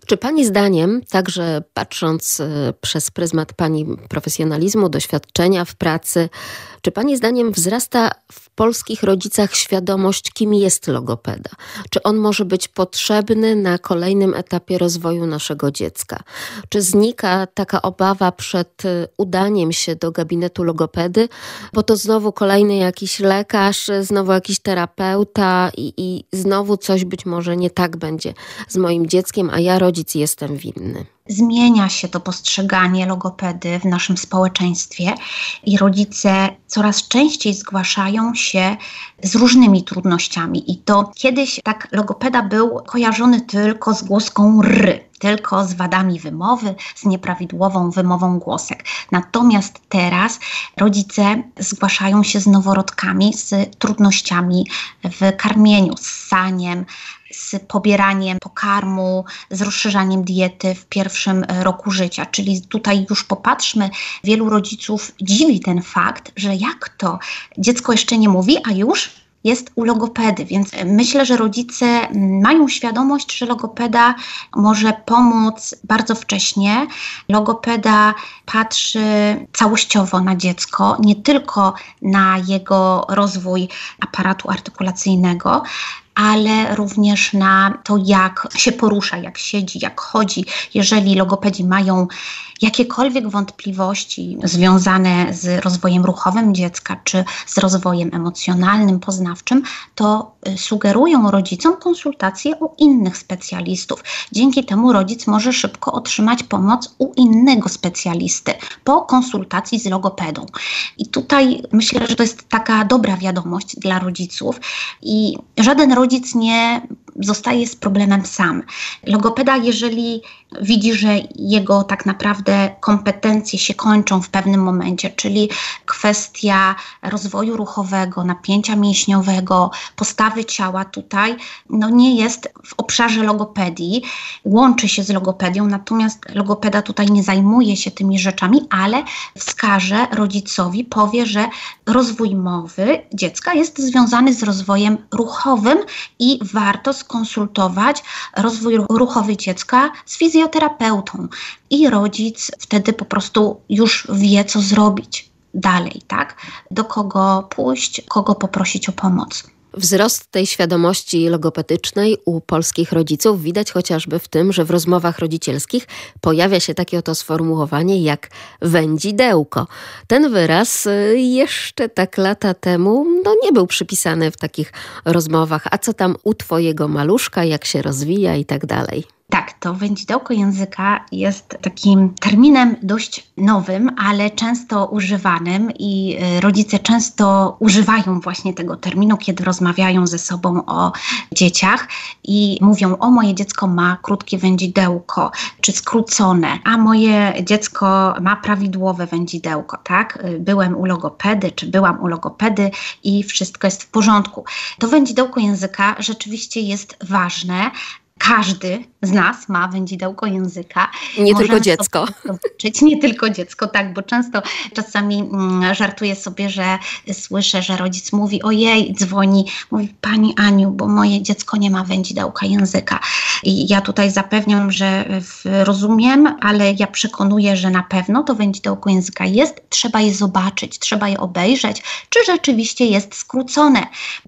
Czy pani zdaniem, także patrząc przez pryzmat pani profesjonalizmu, doświadczenia w pracy, czy pani zdaniem wzrasta w polskich rodzicach świadomość, kim jest logopeda? Czy on może być potrzebny na kolejnym etapie rozwoju naszego dziecka? Czy znika taka obawa przed udaniem się do gabinetu logopedy, bo to znowu kolejny jakiś lekarz, znowu jakiś terapeuta i, i znowu coś być może nie tak będzie z moim dzieckiem, a ja rodzic jestem winny? Zmienia się to postrzeganie logopedy w naszym społeczeństwie i rodzice coraz częściej zgłaszają się z różnymi trudnościami. I to kiedyś tak logopeda był kojarzony tylko z głoską r, tylko z wadami wymowy, z nieprawidłową wymową głosek. Natomiast teraz rodzice zgłaszają się z noworodkami, z trudnościami w karmieniu, z ssaniem, z pobieraniem pokarmu, z rozszerzaniem diety w pierwszym roku życia. Czyli tutaj już popatrzmy, wielu rodziców dziwi ten fakt, że jak to dziecko jeszcze nie mówi, a już jest u logopedy, więc myślę, że rodzice mają świadomość, że logopeda może pomóc bardzo wcześnie. Logopeda patrzy całościowo na dziecko, nie tylko na jego rozwój aparatu artykulacyjnego, ale również na to, jak się porusza, jak siedzi, jak chodzi. Jeżeli logopedzi mają jakiekolwiek wątpliwości związane z rozwojem ruchowym dziecka, czy z rozwojem emocjonalnym, poznawczym, to sugerują rodzicom konsultacje u innych specjalistów. Dzięki temu rodzic może szybko otrzymać pomoc u innego specjalisty po konsultacji z logopedą. I tutaj myślę, że to jest taka dobra wiadomość dla rodziców i żaden rodzic nie zostaje z problemem sam. Logopeda, jeżeli widzi, że jego tak naprawdę kompetencje się kończą w pewnym momencie, czyli kwestia rozwoju ruchowego, napięcia mięśniowego, postawy ciała tutaj, no nie jest w obszarze logopedii, łączy się z logopedią, natomiast logopeda tutaj nie zajmuje się tymi rzeczami, ale wskaże rodzicowi, powie, że rozwój mowy dziecka jest związany z rozwojem ruchowym i warto skonsultować rozwój ruchowy dziecka z fizjoterapeutą. I rodzic wtedy po prostu już wie, co zrobić dalej, tak? Do kogo pójść, kogo poprosić o pomoc. Wzrost tej świadomości logopedycznej u polskich rodziców widać chociażby w tym, że w rozmowach rodzicielskich pojawia się takie oto sformułowanie jak wędzidełko. Ten wyraz jeszcze tak lata temu no nie był przypisany w takich rozmowach. A co tam u twojego maluszka, jak się rozwija i tak dalej. Tak, to wędzidełko języka jest takim terminem dość nowym, ale często używanym i rodzice często używają właśnie tego terminu, kiedy rozmawiają ze sobą o dzieciach i mówią: o, moje dziecko ma krótkie wędzidełko, czy skrócone, a moje dziecko ma prawidłowe wędzidełko, tak? Byłem u logopedy, czy byłam u logopedy i wszystko jest w porządku. To wędzidełko języka rzeczywiście jest ważne. Każdy z nas ma wędzidełko języka. Nie Możemy tylko dziecko. Zobaczyć. Nie tylko dziecko, tak, bo często czasami mm, żartuję sobie, że słyszę, że rodzic mówi: ojej, dzwoni, mówi: pani Aniu, bo moje dziecko nie ma wędzidełka języka. I ja tutaj zapewniam, że rozumiem, ale ja przekonuję, że na pewno to wędzidełko języka jest. Trzeba je zobaczyć, trzeba je obejrzeć, czy rzeczywiście jest skrócone,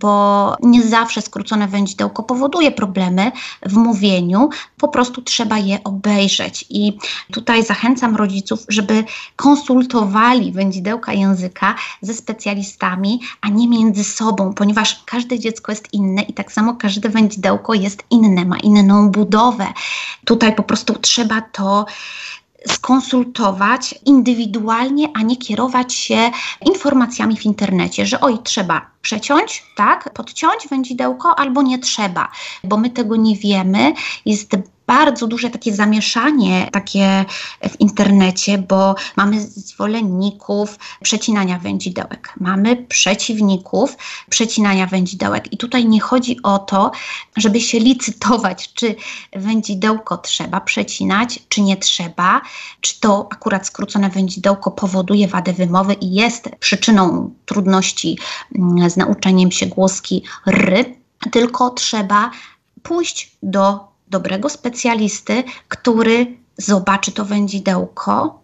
bo nie zawsze skrócone wędzidełko powoduje problemy w mówieniu, po prostu trzeba je obejrzeć. I tutaj zachęcam rodziców, żeby konsultowali wędzidełka języka ze specjalistami, a nie między sobą, ponieważ każde dziecko jest inne i tak samo każde wędzidełko jest inne, ma inną budowę. Tutaj po prostu trzeba to skonsultować indywidualnie, a nie kierować się informacjami w internecie, że oj, trzeba przeciąć, tak, podciąć wędzidełko albo nie trzeba, bo my tego nie wiemy. Jest bardzo duże takie zamieszanie takie w internecie, bo mamy zwolenników przecinania wędzidełek, mamy przeciwników przecinania wędzidełek i tutaj nie chodzi o to, żeby się licytować, czy wędzidełko trzeba przecinać, czy nie trzeba, czy to akurat skrócone wędzidełko powoduje wadę wymowy i jest przyczyną trudności z nauczeniem się głoski r, tylko trzeba pójść do dobrego specjalisty, który zobaczy to wędzidełko,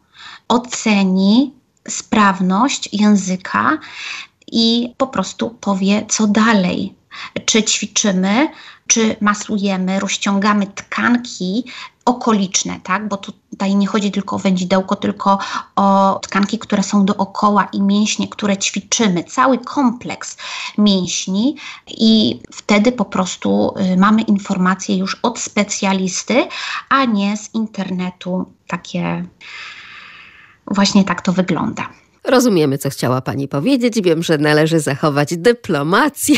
oceni sprawność języka i po prostu powie, co dalej. Czy ćwiczymy, czy masujemy, rozciągamy tkanki okoliczne, tak? Bo tutaj nie chodzi tylko o wędzidełko, tylko o tkanki, które są dookoła i mięśnie, które ćwiczymy, cały kompleks mięśni i wtedy po prostu y, mamy informacje już od specjalisty, a nie z internetu. Takie właśnie tak to wygląda. Rozumiemy, co chciała pani powiedzieć. Wiem, że należy zachować dyplomację,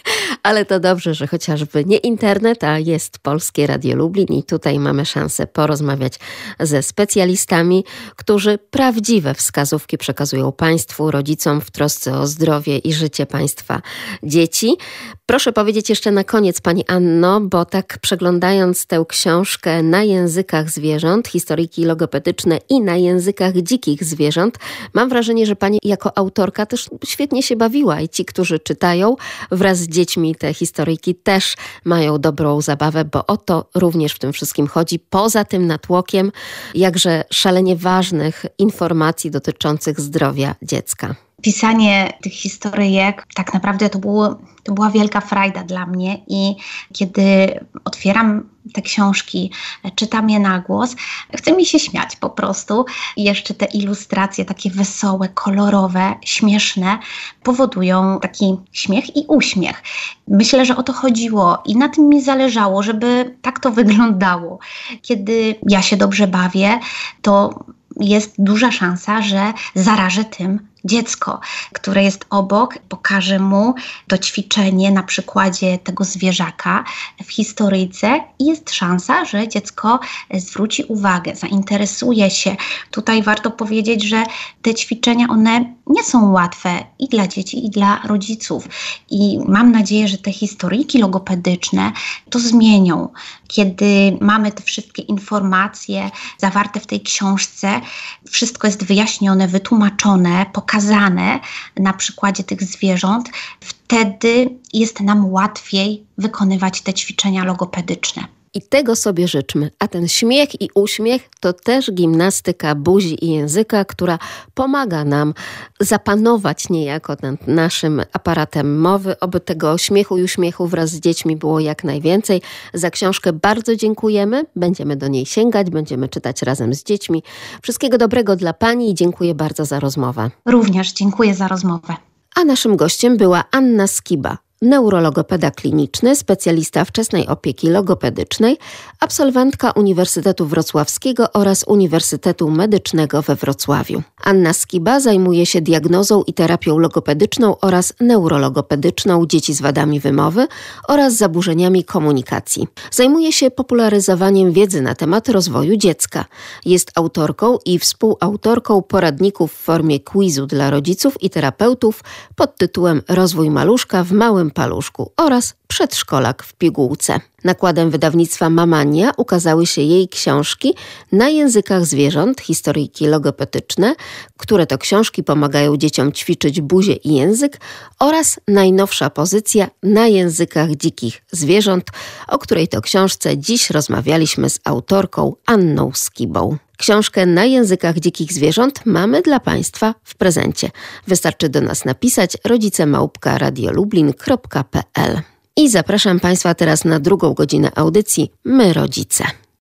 ale to dobrze, że chociażby nie internet, a jest Polskie Radio Lublin i tutaj mamy szansę porozmawiać ze specjalistami, którzy prawdziwe wskazówki przekazują państwu, rodzicom w trosce o zdrowie i życie państwa dzieci. Proszę powiedzieć jeszcze na koniec, pani Anno, bo tak przeglądając tę książkę na językach zwierząt, historyjki logopedyczne i na językach dzikich zwierząt, mam wrażenie, że pani jako autorka też świetnie się bawiła i ci, którzy czytają wraz z dziećmi te historyjki, też mają dobrą zabawę, bo o to również w tym wszystkim chodzi. Poza tym natłokiem jakże szalenie ważnych informacji dotyczących zdrowia dziecka. Pisanie tych historyjek tak naprawdę to, było, to była wielka frajda dla mnie i kiedy otwieram te książki, czytam je na głos, chce mi się śmiać po prostu. I jeszcze te ilustracje takie wesołe, kolorowe, śmieszne powodują taki śmiech i uśmiech. Myślę, że o to chodziło i na tym mi zależało, żeby tak to wyglądało. Kiedy ja się dobrze bawię, to jest duża szansa, że zarażę tym dziecko, które jest obok, pokażę mu to ćwiczenie na przykładzie tego zwierzaka w historyjce i jest szansa, że dziecko zwróci uwagę, zainteresuje się. Tutaj warto powiedzieć, że te ćwiczenia, one nie są łatwe i dla dzieci, i dla rodziców. I mam nadzieję, że te historyjki logopedyczne to zmienią. Kiedy mamy te wszystkie informacje zawarte w tej książce, wszystko jest wyjaśnione, wytłumaczone, pokazane na przykładzie tych zwierząt, wtedy jest nam łatwiej wykonywać te ćwiczenia logopedyczne. I tego sobie życzmy. A ten śmiech i uśmiech to też gimnastyka buzi i języka, która pomaga nam zapanować niejako nad naszym aparatem mowy. Oby tego śmiechu i uśmiechu wraz z dziećmi było jak najwięcej. Za książkę bardzo dziękujemy. Będziemy do niej sięgać, będziemy czytać razem z dziećmi. Wszystkiego dobrego dla pani i dziękuję bardzo za rozmowę. Również dziękuję za rozmowę. A naszym gościem była Anna Skiba, neurologopeda kliniczny, specjalista wczesnej opieki logopedycznej, absolwentka Uniwersytetu Wrocławskiego oraz Uniwersytetu Medycznego we Wrocławiu. Anna Skiba zajmuje się diagnozą i terapią logopedyczną oraz neurologopedyczną dzieci z wadami wymowy oraz zaburzeniami komunikacji. Zajmuje się popularyzowaniem wiedzy na temat rozwoju dziecka. Jest autorką i współautorką poradników w formie quizu dla rodziców i terapeutów pod tytułem Rozwój maluszka w małym paluszku oraz Przedszkolak w pigułce. Nakładem wydawnictwa Mamania ukazały się jej książki na językach zwierząt, historyjki logopedyczne, które to książki pomagają dzieciom ćwiczyć buzię i język, oraz najnowsza pozycja na językach dzikich zwierząt, o której to książce dziś rozmawialiśmy z autorką Anną Skibą. Książkę na językach dzikich zwierząt mamy dla państwa w prezencie. Wystarczy do nas napisać rodzice małpka radiolublin kropka p l. I zapraszam państwa teraz na drugą godzinę audycji My Rodzice.